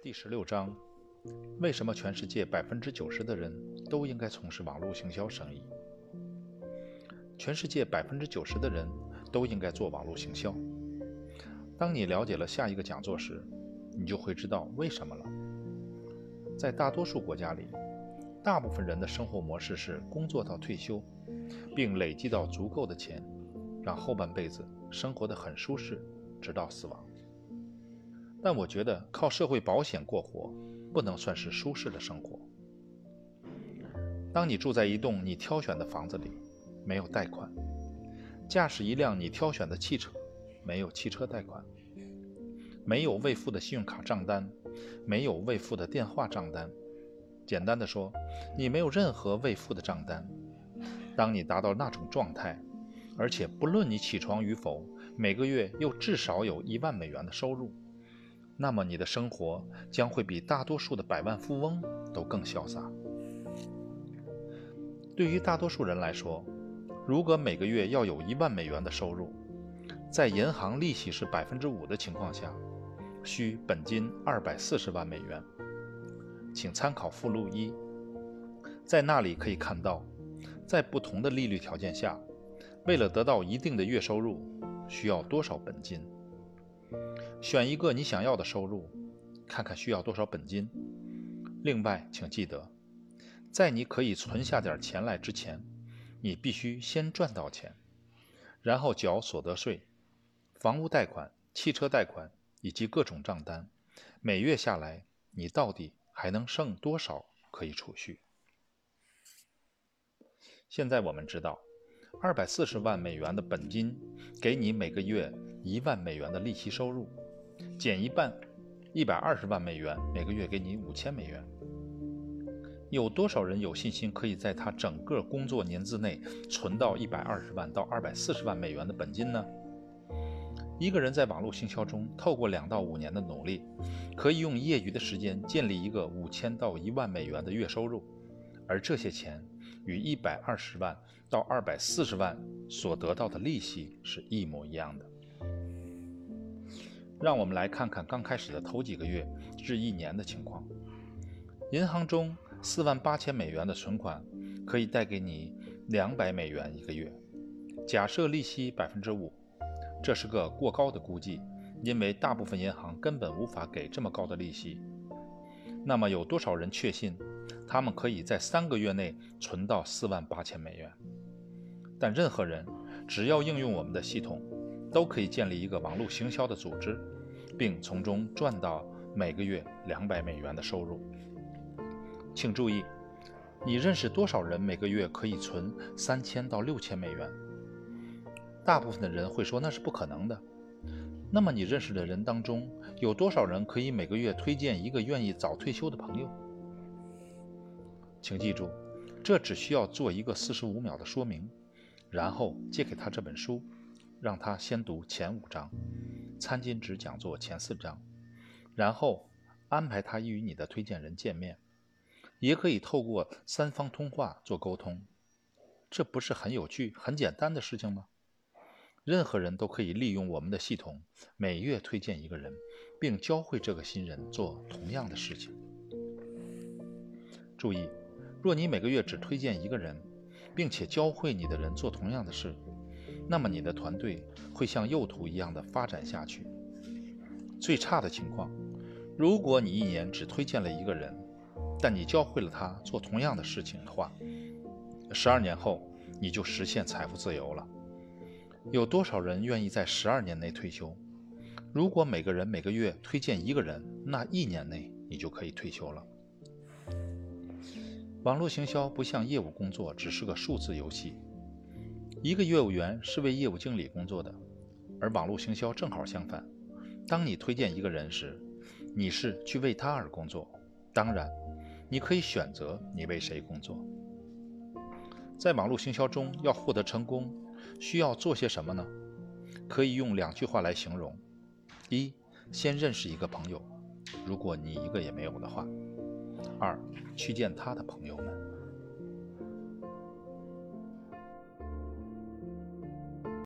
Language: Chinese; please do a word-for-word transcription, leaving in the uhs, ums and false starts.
第十六章，为什么全世界百分之九十的人都应该从事网络行销生意？全世界百分之九十的人都应该做网络行销。当你了解了下一个讲座时，你就会知道为什么了。在大多数国家里，大部分人的生活模式是工作到退休，并累积到足够的钱，让后半辈子生活得很舒适，直到死亡。但我觉得靠社会保险过活不能算是舒适的生活。当你住在一栋你挑选的房子里，没有贷款；驾驶一辆你挑选的汽车，没有汽车贷款；没有未付的信用卡账单，没有未付的电话账单。简单的说，你没有任何未付的账单。当你达到那种状态，而且不论你起床与否，每个月又至少有一万美元的收入，那么你的生活将会比大多数的百万富翁都更潇洒。对于大多数人来说，如果每个月要有一万美元的收入，在银行利息是 百分之五 的情况下，需本金二百四十万美元。请参考附录一，在那里可以看到，在不同的利率条件下，为了得到一定的月收入，需要多少本金。选一个你想要的收入，看看需要多少本金。另外，请记得，在你可以存下点钱来之前，你必须先赚到钱，然后缴所得税、房屋贷款、汽车贷款以及各种账单。每月下来，你到底还能剩多少可以储蓄？现在我们知道，二百四十万美元的本金给你每个月一万美元的利息收入，减一半，一百二十万美元，每个月给你五千美元。有多少人有信心可以在他整个工作年资内存到一百二十万到二百四十万美元的本金呢？一个人在网络行销中透过两到五年的努力，可以用业余的时间建立一个五千到一万美元的月收入，而这些钱与一百二十万到二百四十万所得到的利息是一模一样的。让我们来看看刚开始的头几个月至一年的情况。银行中四万八千美元的存款可以带给你两百美元一个月，假设利息 百分之五，这是个过高的估计，因为大部分银行根本无法给这么高的利息。那么有多少人确信他们可以在三个月内存到四万八千美元？但任何人只要应用我们的系统，都可以建立一个网络行销的组织，并从中赚到每个月两百美元的收入。请注意，你认识多少人每个月可以存三千到六千美元？大部分的人会说那是不可能的。那么你认识的人当中，有多少人可以每个月推荐一个愿意早退休的朋友？请记住，这只需要做一个四十五秒的说明，然后借给他这本书，让他先读前五章，餐巾纸讲座前四章，然后安排他与你的推荐人见面，也可以透过三方通话做沟通。这不是很有趣、很简单的事情吗？任何人都可以利用我们的系统，每月推荐一个人，并教会这个新人做同样的事情。注意，若你每个月只推荐一个人，并且教会你的人做同样的事，那么你的团队会像幼图一样的发展下去。最差的情况，如果你一年只推荐了一个人，但你教会了他做同样的事情的话，十二年后你就实现财富自由了。有多少人愿意在十二年内退休？如果每个人每个月推荐一个人，那一年内你就可以退休了。网络行销不像业务工作只是个数字游戏，一个业务员是为业务经理工作的，而网络行销正好相反。当你推荐一个人时，你是去为他而工作，当然你可以选择你为谁工作。在网络行销中要获得成功，需要做些什么呢？可以用两句话来形容：一，先认识一个朋友，如果你一个也没有的话；二，去见他的朋友们。